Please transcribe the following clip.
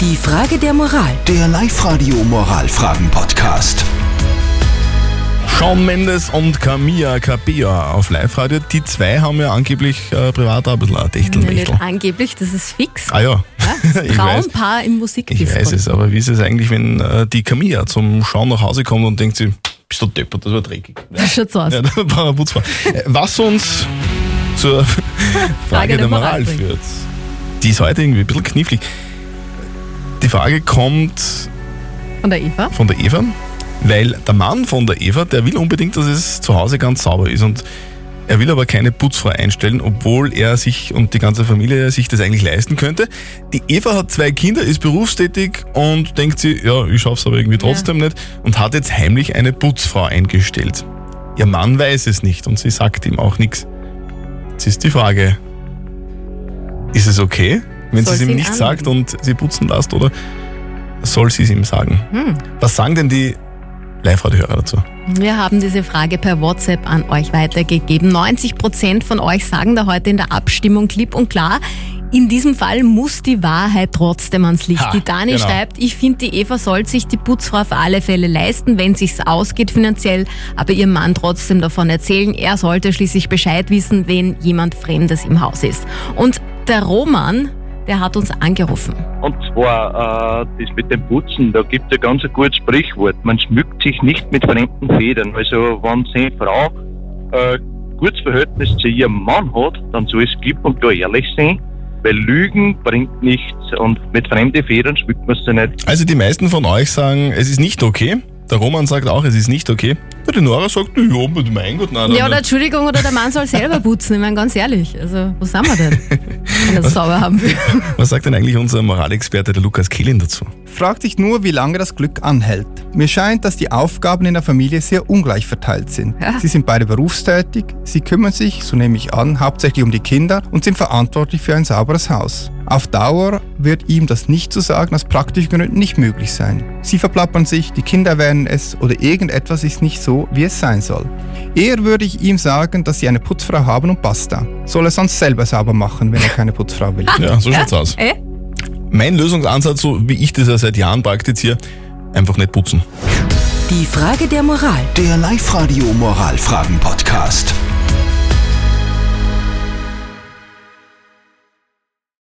Die Frage der Moral. Der Live-Radio Moralfragen-Podcast. Shawn Mendes und Camilla Cabello auf Live-Radio. Die zwei haben ja angeblich privat auch ein bisschen ein Techtelmechtel. Nicht angeblich, das ist fix. Ah ja. Das Traumpaar im Musikdisco. Ich weiß es, aber wie ist es eigentlich, wenn die Camilla zum Shawn nach Hause kommt und denkt sie, bist du deppert, das war dreckig. Das schaut so aus. Ja, da war eine Putzfrau. Was uns zur Frage der Moral führt. Die ist heute irgendwie ein bisschen knifflig. Die Frage kommt Von der Eva? von der Eva, weil der Mann von der Eva, der will unbedingt, dass es zu Hause ganz sauber ist und er will aber keine Putzfrau einstellen, obwohl er sich und die ganze Familie sich das eigentlich leisten könnte. Die Eva hat 2 Kinder, ist berufstätig und denkt sie, ja, ich schaff's aber irgendwie trotzdem nicht und hat jetzt heimlich eine Putzfrau eingestellt. Ihr Mann weiß es nicht und sie sagt ihm auch nichts. Jetzt ist die Frage, ist es okay, wenn sie es ihm nicht sagt und sie putzen lässt, oder soll sie es ihm sagen? Was sagen denn die Live-Radio-Hörer dazu? Wir haben diese Frage per WhatsApp an euch weitergegeben. 90% von euch sagen da heute in der Abstimmung klipp und klar, in diesem Fall muss die Wahrheit trotzdem ans Licht. Die Dani schreibt, ich finde, die Eva soll sich die Putzfrau auf alle Fälle leisten, wenn es sich ausgeht finanziell, aber ihrem Mann trotzdem davon erzählen. Er sollte schließlich Bescheid wissen, wenn jemand Fremdes im Haus ist. Und der Roman, der hat uns angerufen. Und zwar das mit dem Putzen, da gibt es ein ganz gutes Sprichwort. Man schmückt sich nicht mit fremden Federn. Also wenn seine Frau ein gutes Verhältnis zu ihrem Mann hat, dann soll es klipp und klar ehrlich sein, weil Lügen bringt nichts und mit fremden Federn schmückt man sie nicht. Also die meisten von euch sagen, es ist nicht okay. Der Roman sagt auch, es ist nicht okay. Die Nora sagt, ja, mein Gott, nein. Ja, oder Entschuldigung, oder der Mann soll selber putzen. Ich meine, ganz ehrlich, also wo sind wir denn, wenn er es sauber haben will? Was sagt denn eigentlich unser Moralexperte, der Lukas Kehlin, dazu? Fragt sich nur, wie lange das Glück anhält. Mir scheint, dass die Aufgaben in der Familie sehr ungleich verteilt sind. Ja. Sie sind beide berufstätig, sie kümmern sich, so nehme ich an, hauptsächlich um die Kinder und sind verantwortlich für ein sauberes Haus. Auf Dauer wird ihm das nicht zu sagen aus praktischen Gründen nicht möglich sein. Sie verplappern sich, die Kinder erwähnen es oder irgendetwas ist nicht so, wie es sein soll. Eher würde ich ihm sagen, dass sie eine Putzfrau haben und basta. Soll er sonst selber sauber machen, wenn er keine Putzfrau will. Ja, so schaut's aus. Mein Lösungsansatz, so wie ich das ja seit Jahren praktiziere, einfach nicht putzen. Die Frage der Moral. Der Live-Radio Moralfragen-Podcast.